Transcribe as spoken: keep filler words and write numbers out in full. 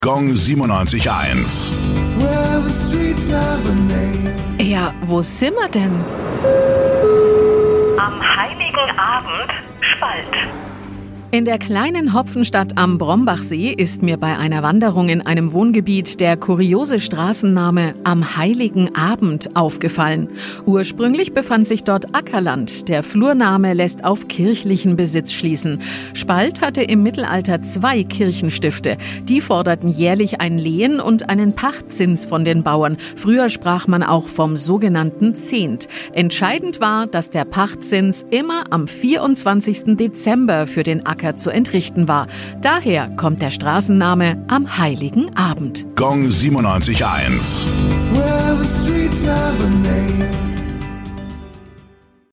Gong siebenundneunzig Komma eins. Ja, wo sind wir denn? Am Heiligen Abend, Spalt. In der kleinen Hopfenstadt am Brombachsee ist mir bei einer Wanderung in einem Wohngebiet der kuriose Straßenname Am Heiligen Abend aufgefallen. Ursprünglich befand sich dort Ackerland. Der Flurname lässt auf kirchlichen Besitz schließen. Spalt hatte im Mittelalter zwei Kirchenstifte. Die forderten jährlich ein Lehen und einen Pachtzins von den Bauern. Früher sprach man auch vom sogenannten Zehnt. Entscheidend war, dass der Pachtzins immer am vierundzwanzigsten Dezember für den Acker zu entrichten war. Daher kommt der Straßenname Am Heiligen Abend. Gong siebenundneunzig Komma eins. Well, the streets have a name.